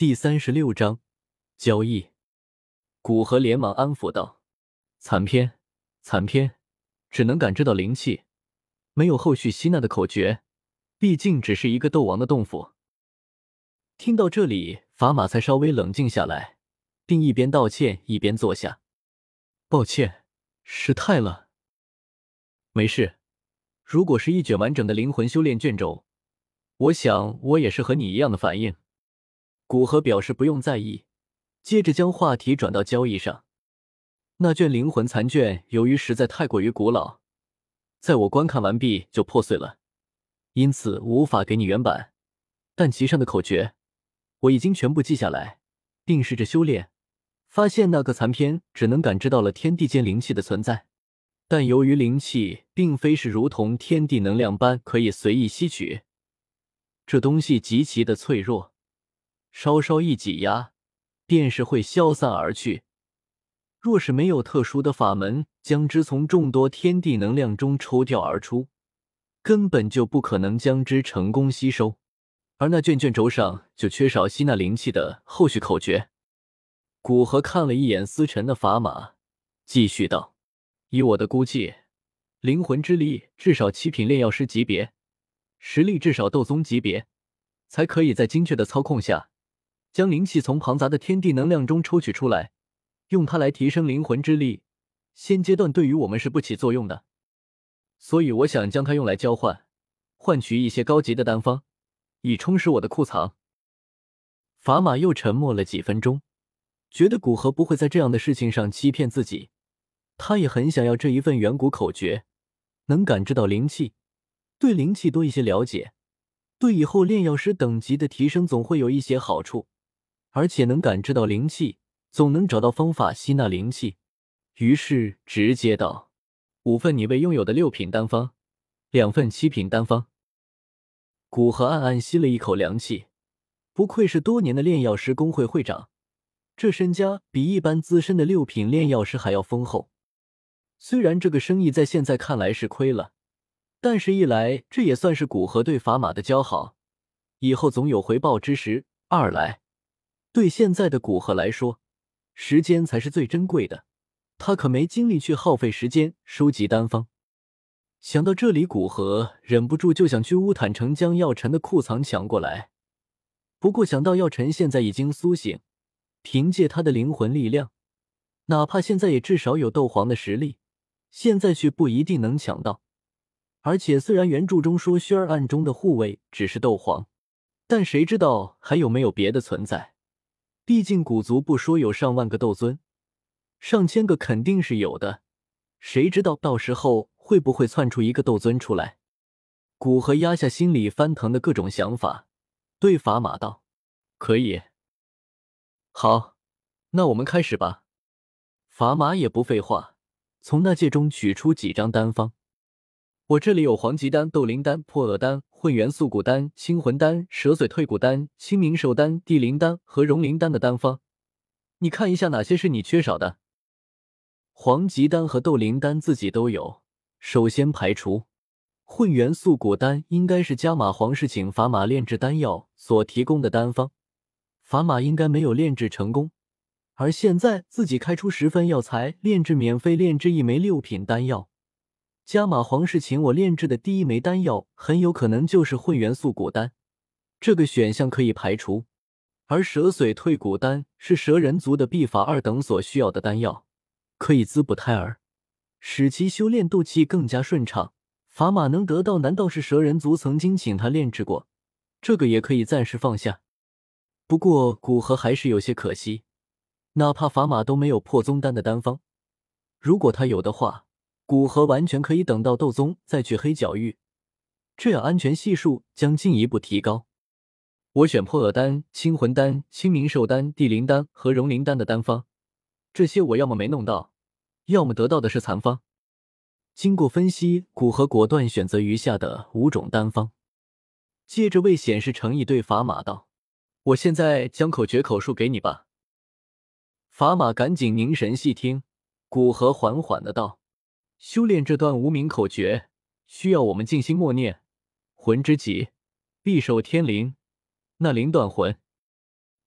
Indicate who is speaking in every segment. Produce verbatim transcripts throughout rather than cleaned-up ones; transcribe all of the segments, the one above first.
Speaker 1: 第三十六章交易。古河连忙安抚道：残篇，残篇，只能感知到灵气，没有后续吸纳的口诀，毕竟只是一个斗王的洞府。听到这里，法玛才稍微冷静下来，并一边道歉一边坐下。抱歉，失态了。没事，如果是一卷完整的灵魂修炼卷轴，我想我也是和你一样的反应。古河表示不用在意，接着将话题转到交易上。那卷灵魂残卷由于实在太过于古老，在我观看完毕就破碎了，因此无法给你原版，但其上的口诀我已经全部记下来，并试着修炼，发现那个残篇只能感知到了天地间灵气的存在，但由于灵气并非是如同天地能量般可以随意吸取，这东西极其的脆弱，稍稍一挤压便是会消散而去，若是没有特殊的法门将之从众多天地能量中抽调而出，根本就不可能将之成功吸收，而那卷卷轴上就缺少吸纳灵气的后续口诀。古河看了一眼思沉的砝码，继续道：以我的估计，灵魂之力至少七品炼药师级别，实力至少斗宗级别，才可以在精确的操控下将灵气从庞杂的天地能量中抽取出来，用它来提升灵魂之力，现阶段对于我们是不起作用的。所以我想将它用来交换，换取一些高级的丹方，以充实我的库藏。砝码又沉默了几分钟，觉得古河不会在这样的事情上欺骗自己，他也很想要这一份远古口诀，能感知到灵气，对灵气多一些了解，对以后炼药师等级的提升总会有一些好处，而且能感知到灵气，总能找到方法吸纳灵气。于是直接道：五份你未拥有的六品丹方，两份七品丹方。古河暗暗吸了一口凉气，不愧是多年的炼药师公会会长，这身家比一般资深的六品炼药师还要丰厚。虽然这个生意在现在看来是亏了，但是一来这也算是古河对砝码的交好，以后总有回报之时，二来对现在的古河来说，时间才是最珍贵的，他可没精力去耗费时间收集丹方。想到这里，古河忍不住就想去乌坦城将药尘的库藏抢过来，不过想到药尘现在已经苏醒，凭借他的灵魂力量，哪怕现在也至少有斗皇的实力，现在去不一定能抢到。而且虽然原著中说轩儿暗中的护卫只是斗皇，但谁知道还有没有别的存在，毕竟古族不说有上万个斗尊，上千个肯定是有的，谁知道到时候会不会窜出一个斗尊出来。古河压下心里翻腾的各种想法，对砝码道：可以。好，那我们开始吧。砝码也不废话，从那戒中取出几张丹方。我这里有黄极丹、斗灵丹、破厄丹、混元素骨丹、清魂丹、蛇髓退骨丹、清明寿丹、地灵丹和融灵丹的丹方，你看一下哪些是你缺少的。黄极丹和斗灵丹自己都有，首先排除。混元素骨丹应该是加玛皇室请砝码炼制丹药所提供的丹方，砝码应该没有炼制成功，而现在自己开出十份药材炼制免费炼制一枚六品丹药，加玛皇室请我炼制的第一枚丹药很有可能就是混元素骨丹，这个选项可以排除。而蛇髓退骨丹是蛇人族的秘法二等所需要的丹药，可以滋补胎儿，使其修炼斗气更加顺畅。砝码能得到难道是蛇人族曾经请他炼制过，这个也可以暂时放下。不过古河还是有些可惜，哪怕砝码都没有破宗丹的丹方，如果他有的话，古河完全可以等到斗宗再去黑角域，这样安全系数将进一步提高。我选破厄丹、清魂丹、清明寿丹、地灵丹和融灵丹的丹方，这些我要么没弄到，要么得到的是残方。经过分析，古河果断选择余下的五种丹方。接着为显示诚意对砝码道：我现在将口诀口述给你吧。砝码赶紧凝神细听，古河缓缓的道：修炼这段无名口诀需要我们静心默念，魂之极，必受天灵，那灵断魂。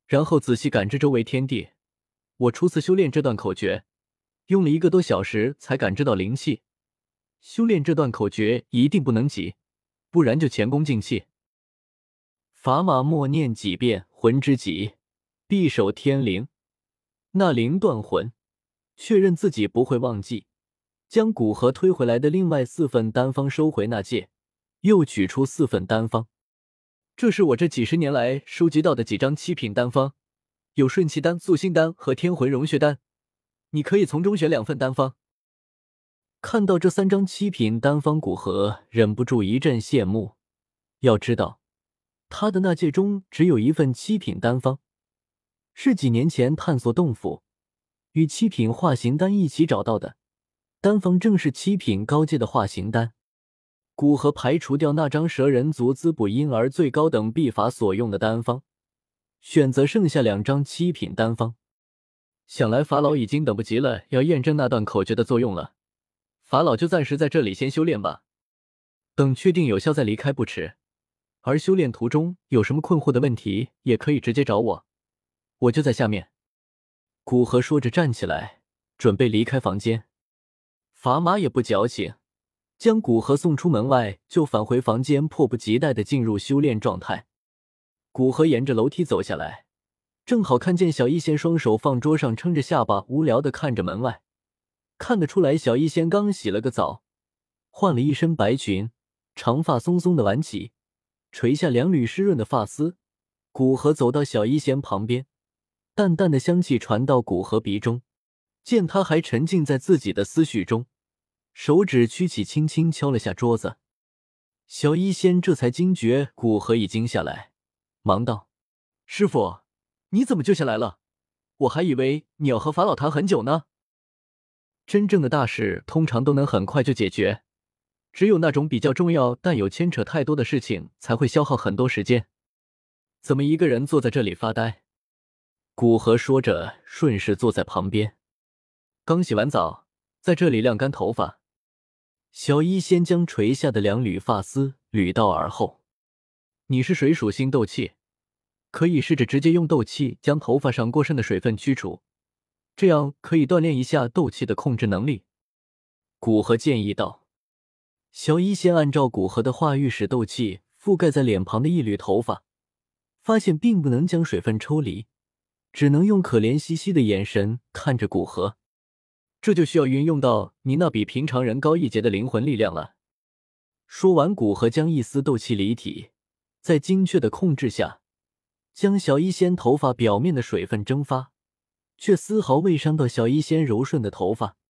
Speaker 1: 然后仔细感知周围天地。我初次修炼这段口诀，用了一个多小时才感知到灵气。修炼这段口诀一定不能急，不然就前功尽弃。砝码默念几遍魂之极，匕首天灵，那灵断魂，确认自己不会忘记，将古河推回来的另外四份丹方收回那戒，又取出四份丹方。这是我这几十年来收集到的几张七品丹方，有顺气丹、塑心丹和天魂融血丹，你可以从中选两份丹方。看到这三张七品丹方，古河忍不住一阵羡慕。要知道，他的那戒中只有一份七品丹方，是几年前探索洞府与七品化形丹一起找到的，丹方正是七品高阶的化形丹。古河排除掉那张蛇人族滋补婴儿最高等秘法所用的丹方，选择剩下两张七品丹方。想来法老已经等不及了，要验证那段口诀的作用了。法老就暂时在这里先修炼吧，等确定有效再离开不迟。而修炼途中有什么困惑的问题，也可以直接找我，我就在下面。古河说着站起来，准备离开房间。砝码也不矫情，将古河送出门外，就返回房间，迫不及待地进入修炼状态。古河沿着楼梯走下来，正好看见小一仙双手放桌上，撑着下巴，无聊地看着门外。看得出来，小一仙刚洗了个澡，换了一身白裙，长发松松的挽起，垂下两缕湿润的发丝。古河走到小一仙旁边，淡淡的香气传到古河鼻中，见他还沉浸在自己的思绪中，手指屈起，轻轻敲了下桌子。小一仙这才惊觉古河已经下来，忙道：“师傅，你怎么就下来了？我还以为你要和法老谈很久呢。”真正的大事通常都能很快就解决，只有那种比较重要但有牵扯太多的事情才会消耗很多时间。怎么一个人坐在这里发呆？古河说着，顺势坐在旁边。刚洗完澡，在这里晾干头发。小一仙将垂下的两缕发丝捋到耳后。你是水属性斗气，可以试着直接用斗气将头发上过剩的水分驱除，这样可以锻炼一下斗气的控制能力。古河建议道。小一仙按照古河的话，欲使斗气覆盖在脸庞的一缕头发，发现并不能将水分抽离，只能用可怜兮兮的眼神看着古河。这就需要运用到你那比平常人高一截的灵魂力量了。说完，古河将一丝斗气离体，在精确的控制下，将小一仙头发表面的水分蒸发，却丝毫未伤到小一仙柔顺的头发。